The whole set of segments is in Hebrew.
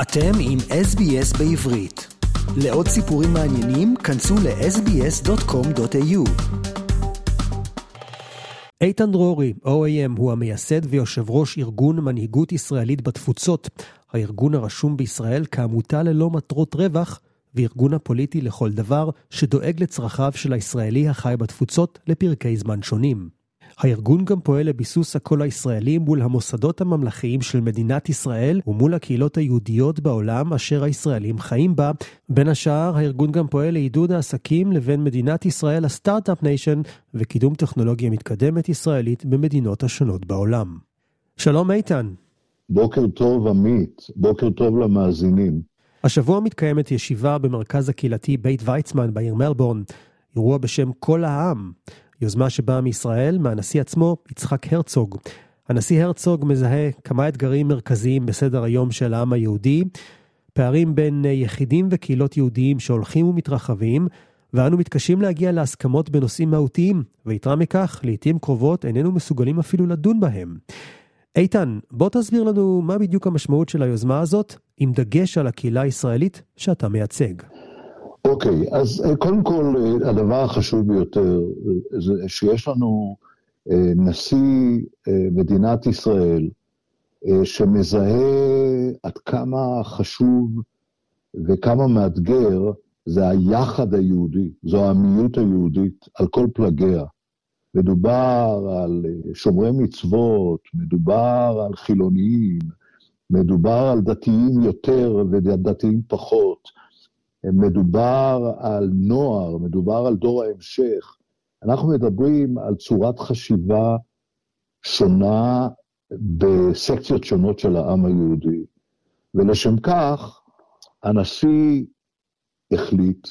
אתם עם SBS בעברית. לעוד סיפורים מעניינים, כנסו ל-sbs.com.au. איתן דרורי, OAM, הוא המייסד ויושב ראש ארגון מנהיגות ישראלית בתפוצות, הארגון הרשום בישראל כעמותה ללא מטרות רווח, וארגון הפוליטי לכל דבר שדואג לצרכיו של הישראלי החי בתפוצות לפרקי זמן שונים. הארגון גם פועל לביסוס הקול הישראלי מול המוסדות הממלכתיים של מדינת ישראל ומול הקהילות היהודיות בעולם אשר הישראלים חיים בה. בין השאר, הארגון גם פועל לעידוד העסקים לבין מדינת ישראל הסטארט-אפ ניישן וקידום טכנולוגיה מתקדמת ישראלית במדינות השונות בעולם. שלום איתן. בוקר טוב עמית, בוקר טוב למאזינים. השבוע מתקיימת ישיבה במרכז הקהילתי בית ויצמן בעיר מלבורן, אירוע בשם כל העם. יוזמה שבאה מישראל מהנשיא עצמו, יצחק הרצוג. הנשיא הרצוג מזהה כמה אתגרים מרכזיים בסדר היום של העם היהודי, פערים בין יחידים וקהילות יהודיים שהולכים ומתרחבים, ואנו מתקשים להגיע להסכמות בנושאים מהותיים, ויתרה מכך, לעתים קרובות איננו מסוגלים אפילו לדון בהם. איתן, בוא תסביר לנו מה בדיוק המשמעות של היוזמה הזאת, עם דגש על הקהילה הישראלית שאתה מייצג. אוקיי, אז קודם כל הדבר החשוב ביותר זה שיש לנו נשיא מדינת ישראל שמזהה עד כמה חשוב וכמה מאתגר זה היחד היהודי, זו העמיות היהודית על כל פלגיה. מדובר על שומרי מצוות, מדובר על חילוניים, מדובר על דתיים יותר ודתיים פחות, מדובר על נוער, מדובר על דור ההמשך. אנחנו מדברים על צורת חשיבה שונה בסקציות שונות של העם היהודי. ולשם כך, הנשיא החליט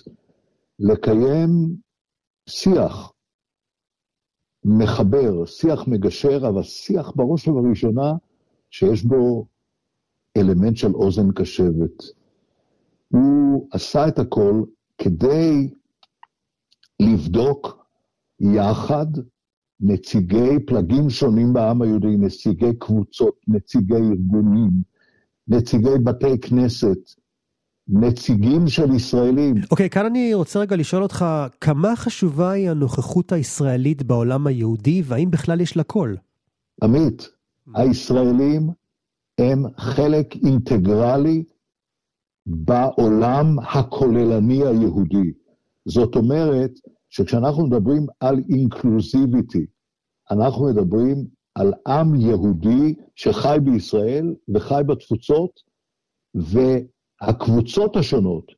לקיים שיח מחבר, שיח מגשר, אבל שיח בראש ובראשונה שיש בו אלמנט של אוזן קשבת. הוא עשה את הכל כדי לבדוק יחד נציגי פלגים שונים בעם היהודי, נציגי קבוצות, נציגי ארגונים, נציגי בתי כנסת, נציגים של ישראלים. אוקיי, כאן אני רוצה רגע לשאול אותך, כמה חשובה היא הנוכחות הישראלית בעולם היהודי, והאם בכלל יש לה קול? עמית, הישראלים הם חלק אינטגרלי בעולם הכוללני היהודי. זאת אומרת שכשאנחנו מדברים על אינקלוסיביטי, אנחנו מדברים על עם יהודי שחי בישראל וחי בתפוצות, והקבוצות השונות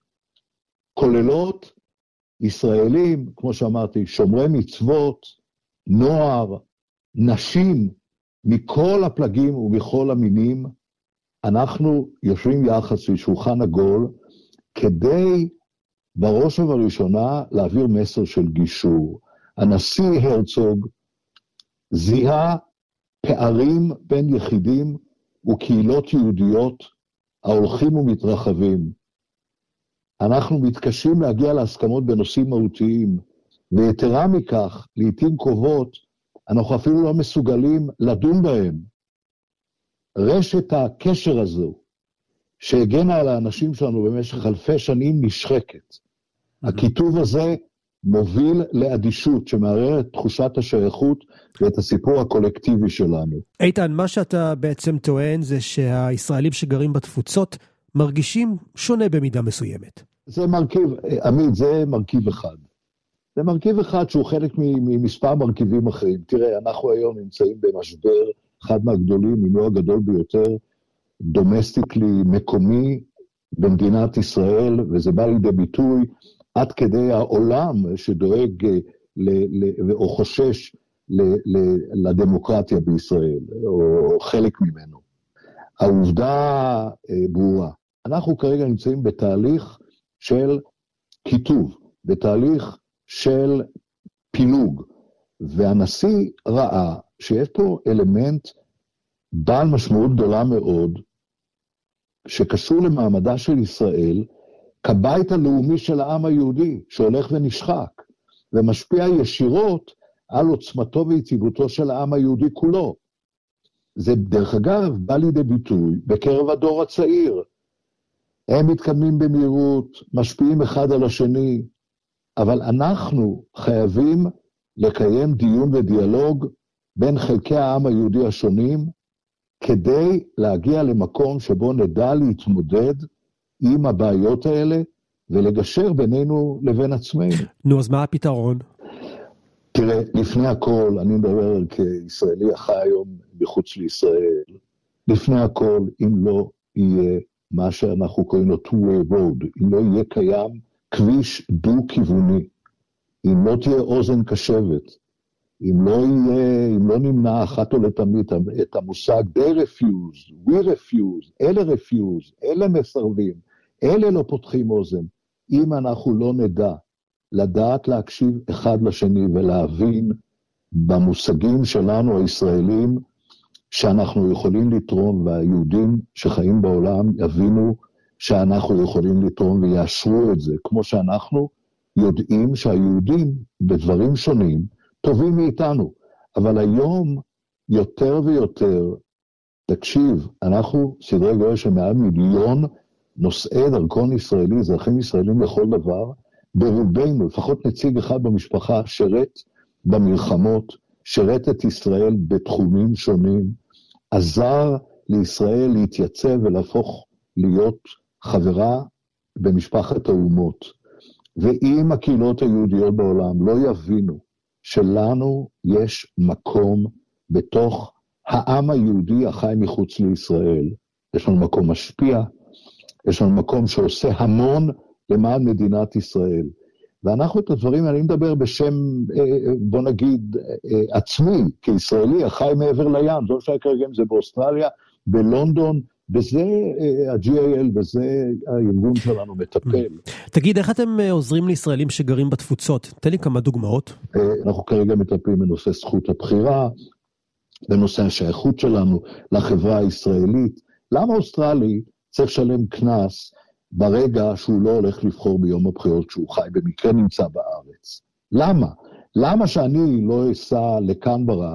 כוללות ישראלים, כמו שאמרתי, שומרי מצוות, נוער, נשים, מכל הפלגים ובכל המינים. אנחנו יושבים יחד סביב שולחן עגול, כדי בראש ובראשונה להעביר מסר של גישור. הנשיא הרצוג זיהה פערים בין יחידים וקהילות יהודיות ההולכים ומתרחבים. אנחנו מתקשים להגיע להסכמות בנושאים מהותיים, ויתרה מכך, לעתים קרובות, אנחנו אפילו לא מסוגלים לדון בהם. רשת הקשר הזו, שהגנה על האנשים שלנו במשך אלפי שנים, נשחקת. הכיתוב הזה מוביל לאדישות, שמערער את תחושת השייכות ואת הסיפור הקולקטיבי שלנו. איתן, מה שאתה בעצם טוען זה שהישראלים שגרים בתפוצות מרגישים שונה במידה מסוימת. זה מרכיב, עמית, זה מרכיב אחד. זה מרכיב אחד שהוא חלק ממספר מרכיבים אחרים. תראה, אנחנו היום נמצאים במשבר, אחד מהגדולים, אם לא הגדול ביותר, דומסטיקלי מקומי במדינת ישראל, וזה בא לידי ביטוי עד כדי העולם שדואג או חושש לדמוקרטיה בישראל, או חלק ממנו. העובדה ברורה. אנחנו כרגע נמצאים בתהליך של כיתוב, בתהליך של פילוג, והנשיא ראה שיש פה אלמנט בעל משמעות גדולה מאוד, שקשור למעמדה של ישראל, כבית הלאומי של העם היהודי, שהולך ונשחק, ומשפיע ישירות על עוצמתו ויציבותו של העם היהודי כולו. זה דרך אגב בא לידי ביטוי בקרב הדור הצעיר. הם מתקדמים במהירות, משפיעים אחד על השני, אבל אנחנו חייבים לקיים דיון ודיאלוג בין חלקי העם היהודי השונים, כדי להגיע למקום שבו נדע להתמודד עם הבעיות האלה, ולגשר בינינו לבין עצמנו. נו, אז מה הפתרון? תראה, לפני הכל, אני מדבר כישראלי החי היום מחוץ לישראל, לפני הכל, אם לא יהיה מה שאנחנו קוראים לו two-way road, אם לא יהיה קיים כביש דו-כיווני, אם לא תהיה אוזן קשבת, אם לא נמנע אחת או לתמיד את המושג they refuse, we refuse, אלה refuse, אלה מסרבים, אלה לא פותחים אוזן, אם אנחנו לא נדע לדעת להקשיב אחד לשני ולהבין במושגים שלנו הישראלים שאנחנו יכולים לתרום, והיהודים שחיים בעולם יבינו שאנחנו יכולים לתרום ויאשרו את זה, כמו שאנחנו יודעים שהיהודים בדברים שונים טובים מאיתנו, אבל היום יותר ויותר, תקשיב, אנחנו סדרי גודל של 100 מיליון נושאי דרכון ישראלי, אזרחים ישראלים לכל דבר, ברובנו, לפחות נציג אחד במשפחה, שרת במלחמות, שרת את ישראל בתחומים שונים, עזר לישראל להתייצב ולהפוך להיות חברה במשפחת האומות. ואם הקהילות היהודיות בעולם לא יבינו שלנו יש מקום בתוך העם היהודי החי מחוץ לישראל, יש לנו מקום משפיע, יש לנו מקום שעושה המון למען מדינת ישראל. ואנחנו את הדברים, אני מדבר בשם, בוא נגיד, עצמי, כישראלי, החי מעבר לים, זו שהיה כרגע אם זה באוסטרליה, בלונדון, בזה ה-GAL, בזה הארגון שלנו מטפל. תגיד, איך אתם עוזרים לישראלים שגרים בתפוצות? תן לי כמה דוגמאות. אנחנו כרגע מטפלים בנושא זכות הבחירה, בנושא השייכות שלנו לחברה הישראלית. למה אוסטרלי צריך לשלם קנס ברגע שהוא לא הולך לבחור ביום הבחירות שהוא חי, במקרה נמצא בארץ? למה? למה שאני לא אסע לקנברה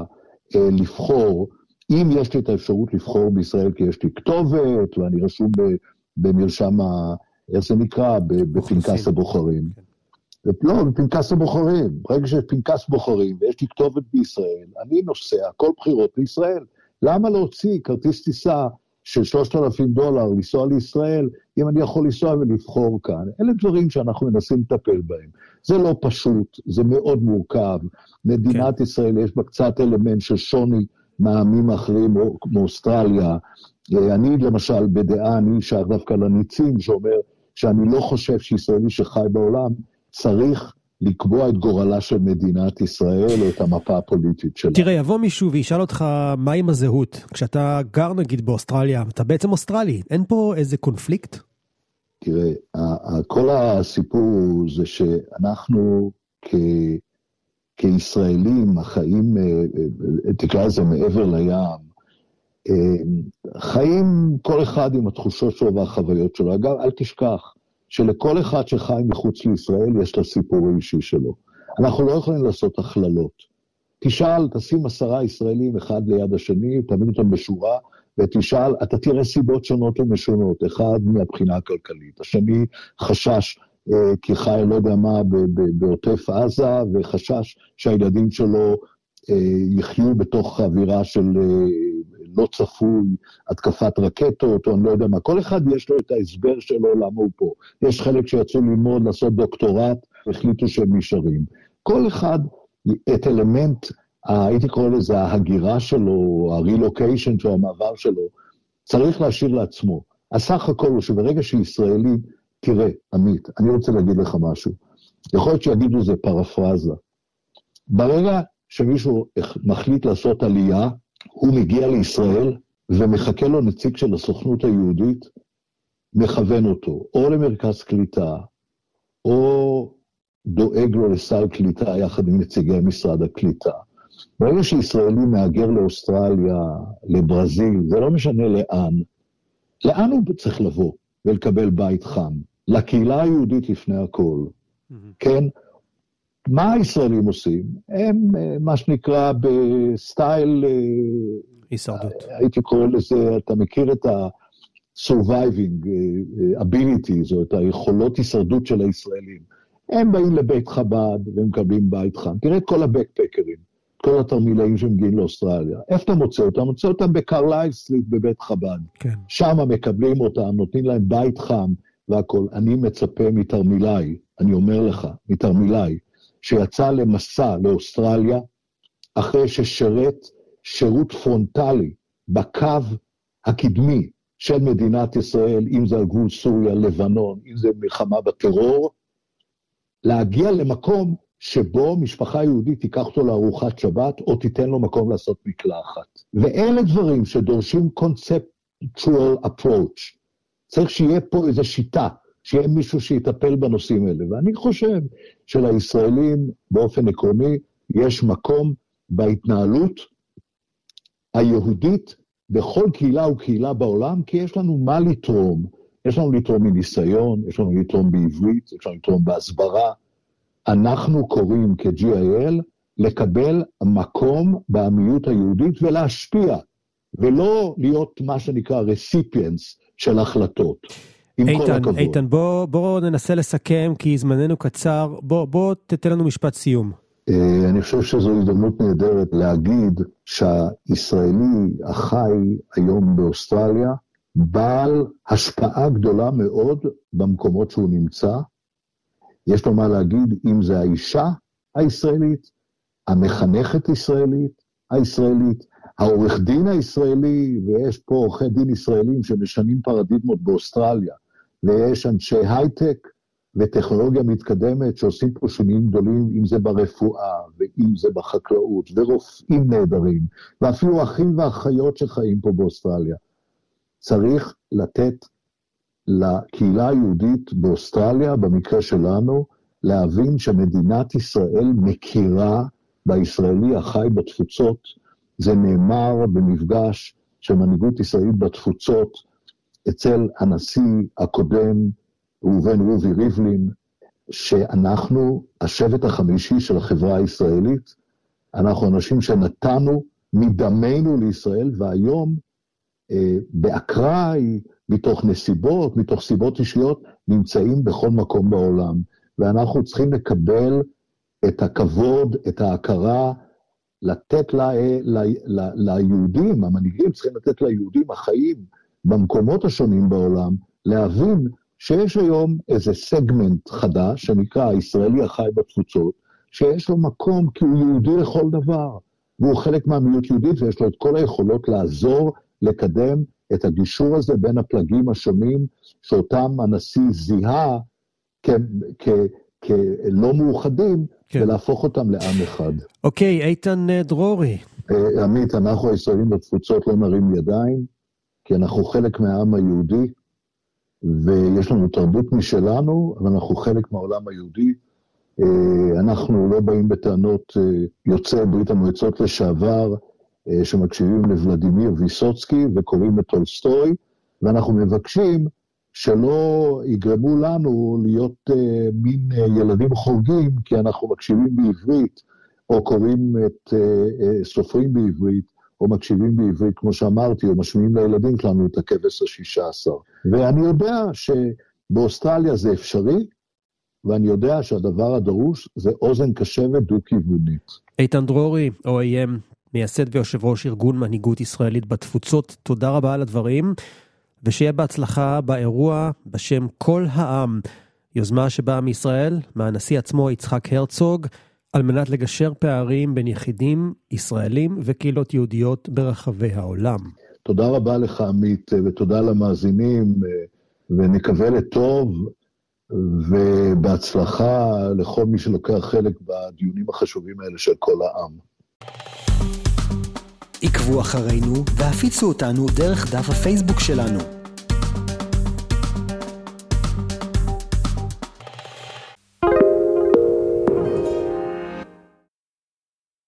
לבחור, אם יש לי את האפשרות לבחור בישראל, כי יש לי כתובת, ואני רשום במרשם, איך זה נקרא, בפנקס הבוחרים. לא, בפנקס הבוחרים. ברגע שיש פנקס בוחרים, ויש לי כתובת בישראל, אני נוסע כל בחירות לישראל. למה להוציא כרטיס טיסה של $3,000 לנסוע לישראל, אם אני יכול לנסוע ולבחור כאן? אלה דברים שאנחנו מנסים לטפל בהם. זה לא פשוט, זה מאוד מורכב. מדינת ישראל יש בה קצת אלמנט של שוני מהעמים האחרים, כמו אוסטרליה. אני למשל בדעה, אני שייך דווקא לניצים, שאומר שאני לא חושב שישראלי שחי בעולם צריך לקבוע את גורלה של מדינת ישראל או את המפה הפוליטית שלה. תראה, יבוא מישהו וישאל אותך מה עם הזהות. כשאתה גר נגיד באוסטרליה, אתה בעצם אוסטרלי. אין פה איזה קונפליקט? תראה, כל הסיפור זה שאנחנו כישראלים, החיים, תקרא לזה מעבר לים, חיים כל אחד עם התחושות שלו והחוויות שלו. אגב, אל תשכח שלכל אחד שחי מחוץ לישראל יש את הסיפור האישי שלו. אנחנו לא יכולים לעשות הכללות. תשאל, תשים 10 ישראלים אחד ליד השני, תעמיד אותם בשורה, ותשאל, אתה תראה סיבות שונות ומשונות. אחד מהבחינה הכלכלית, השני חשש כי חי לא יודע מה בעוטף עזה, וחשש שהילדים שלו יחיו בתוך אווירה של לא צפוי, התקפת רקטות, או אני לא יודע מה. כל אחד יש לו את ההסבר שלו למה הוא פה. יש חלק שיצאו ללמוד, לעשות דוקטורט, החליטו שהם נשארים. כל אחד את אלמנט, הייתי קורא לזה ההגירה שלו, הרילוקיישן שלו, המעבר שלו, צריך להשאיר לעצמו. הסך הכל הוא שברגע שישראלי, תראה, עמית, אני רוצה להגיד לך משהו. יכול להיות שיגידו זה פרפרזה. ברגע שמישהו מחליט לעשות עלייה, הוא מגיע לישראל ומחכה לו נציג של הסוכנות היהודית, מכוון אותו, או למרכז קליטה, או דואג לו לסל קליטה יחד עם נציגי משרד הקליטה. ברגע שישראלי מהגר לאוסטרליה, לברזיל, זה לא משנה לאן הוא צריך לבוא ולקבל בית חם? לקהילה היהודית לפני הכל. כן? מה הישראלים עושים? הם, מה שנקרא, בסטייל, הישרדות. הייתי קורא לזה, אתה מכיר surviving ability, זאת היכולות הישרדות של הישראלים. הם באים לבית חב"ד ומקבלים בית חם. תראה את כל הבקפקרים, כל התרמילאים שמגיעים לאוסטרליה. איפה אתה מוצא אותם? מוצא אותם בקרלייל סטריט בבית חב"ד. כן. שם מקבלים אותם, נותנים להם בית חם והכל. אני מצפה מתרמילאי, אני אומר לך, מתרמילאי, שיצא למסע לאוסטרליה, אחרי ששרת שירות פרונטלי בקו הקדמי של מדינת ישראל, אם זה על גבול סוריה, לבנון, אם זה מלחמה בטרור, להגיע למקום שבו משפחה יהודית תיקח אותו לארוחת שבת, או תיתן לו מקום לעשות מקלחת. ואלה דברים שדורשים conceptual approach. צריך שיהיה פה איזו שיטה, שיהיה מישהו שיטפל בנושאים האלה. ואני חושב שלישראלים באופן עקרוני, יש מקום בהתנהלות היהודית בכל קהילה וקהילה בעולם, כי יש לנו מה לתרום. יש לנו לתרום מניסיון, יש לנו לתרום בעברית, יש לנו לתרום בהסברה. אנחנו קוראים כ-GIL לקבל מקום בעמיות היהודית ולהשפיע, ולא להיות מה שנקרא recipients של החלטות. איתן, בוא ננסה לסכם, כי זמננו קצר. בוא תתן לנו משפט סיום. אני חושב שזו הזדמנות נהדרת להגיד שהישראלי החי היום באוסטרליה, בעל השפעה גדולה מאוד במקומות שהוא נמצא. יש לו מה להגיד אם זה האישה הישראלית, המחנכת הישראלית, העורך דין הישראלי, ויש פה עורכי דין ישראלים שמשנים פרדיגמות באוסטרליה, ויש אנשי הייטק וטכנולוגיה מתקדמת שעושים פה שינויים גדולים, אם זה ברפואה ואם זה בחקלאות, ורופאים נהדרים, ואפילו אחים ואחיות שחיים פה באוסטרליה. צריך לתת לקהילה היהודית באוסטרליה, במקרה שלנו, להבין שמדינת ישראל מכירה בישראלי החי בתפוצות. זה נאמר במפגש של מנהיגות ישראלית בתפוצות, אצל הנשיא הקודם, ראובן רובי ריבלין, שאנחנו, השבט החמישי של החברה הישראלית, אנחנו אנשים שנתנו מדמנו לישראל, והיום באקראי, מתוך נסיבות, מתוך סיבות אישיות, נמצאים בכל מקום בעולם. ואנחנו צריכים לקבל את הכבוד, את ההכרה, לתת ליהודים, המנהיגים צריכים לתת ליהודים החיים במקומות השונים בעולם, להבין שיש היום איזה סגמנט חדש, שנקרא הישראלי החי בתפוצות, שיש לו מקום כי הוא יהודי לכל דבר, והוא חלק מהמיעוט יהודית, ויש לו את כל היכולות לעזור, לקדם את הגישור הזה בין הפלגים השונים, שאותם הנשיא זיהה כלא מאוחדים, כן. ולהפוך אותם לעם אחד. אוקיי, איתן דרורי. עמית, אנחנו הישראלים בתפוצות לא נרים ידיים, כי אנחנו חלק מהעם היהודי, ויש לנו תרבות משלנו, אבל אנחנו חלק מהעולם היהודי. אנחנו לא באים בטענות יוצאי ברית המועצות לשעבר, שמקשיבים לוולדימיר ויסוצקי וקוראים לטולסטוי, ואנחנו מבקשים שלא יגרמו לנו להיות מין ילדים חורגים, כי אנחנו מקשיבים בעברית, או קוראים את סופרים בעברית, או מקשיבים בעברית, כמו שאמרתי, או משמיעים לילדים שלנו את הכבש ה-16. ואני יודע שבאוסטרליה זה אפשרי, ואני יודע שהדבר הדרוש זה אוזן קשבת דו-כיוונית. איתן דרורי, OAM, מייסד ויושב ראש ארגון מנהיגות ישראלית בתפוצות, תודה רבה על הדברים, ושיהיה בהצלחה באירוע בשם כל העם, יוזמה שבאה מישראל, מהנשיא עצמו יצחק הרצוג, על מנת לגשר פערים בין יחידים, ישראלים וקהילות יהודיות ברחבי העולם. תודה רבה לך עמית, ותודה למאזינים, ונקווה לטוב, ובהצלחה לכל מי שלוקח חלק בדיונים החשובים האלה של כל העם. עקבו אחרינו והפיצו אותנו דרך דף הפייסבוק שלנו.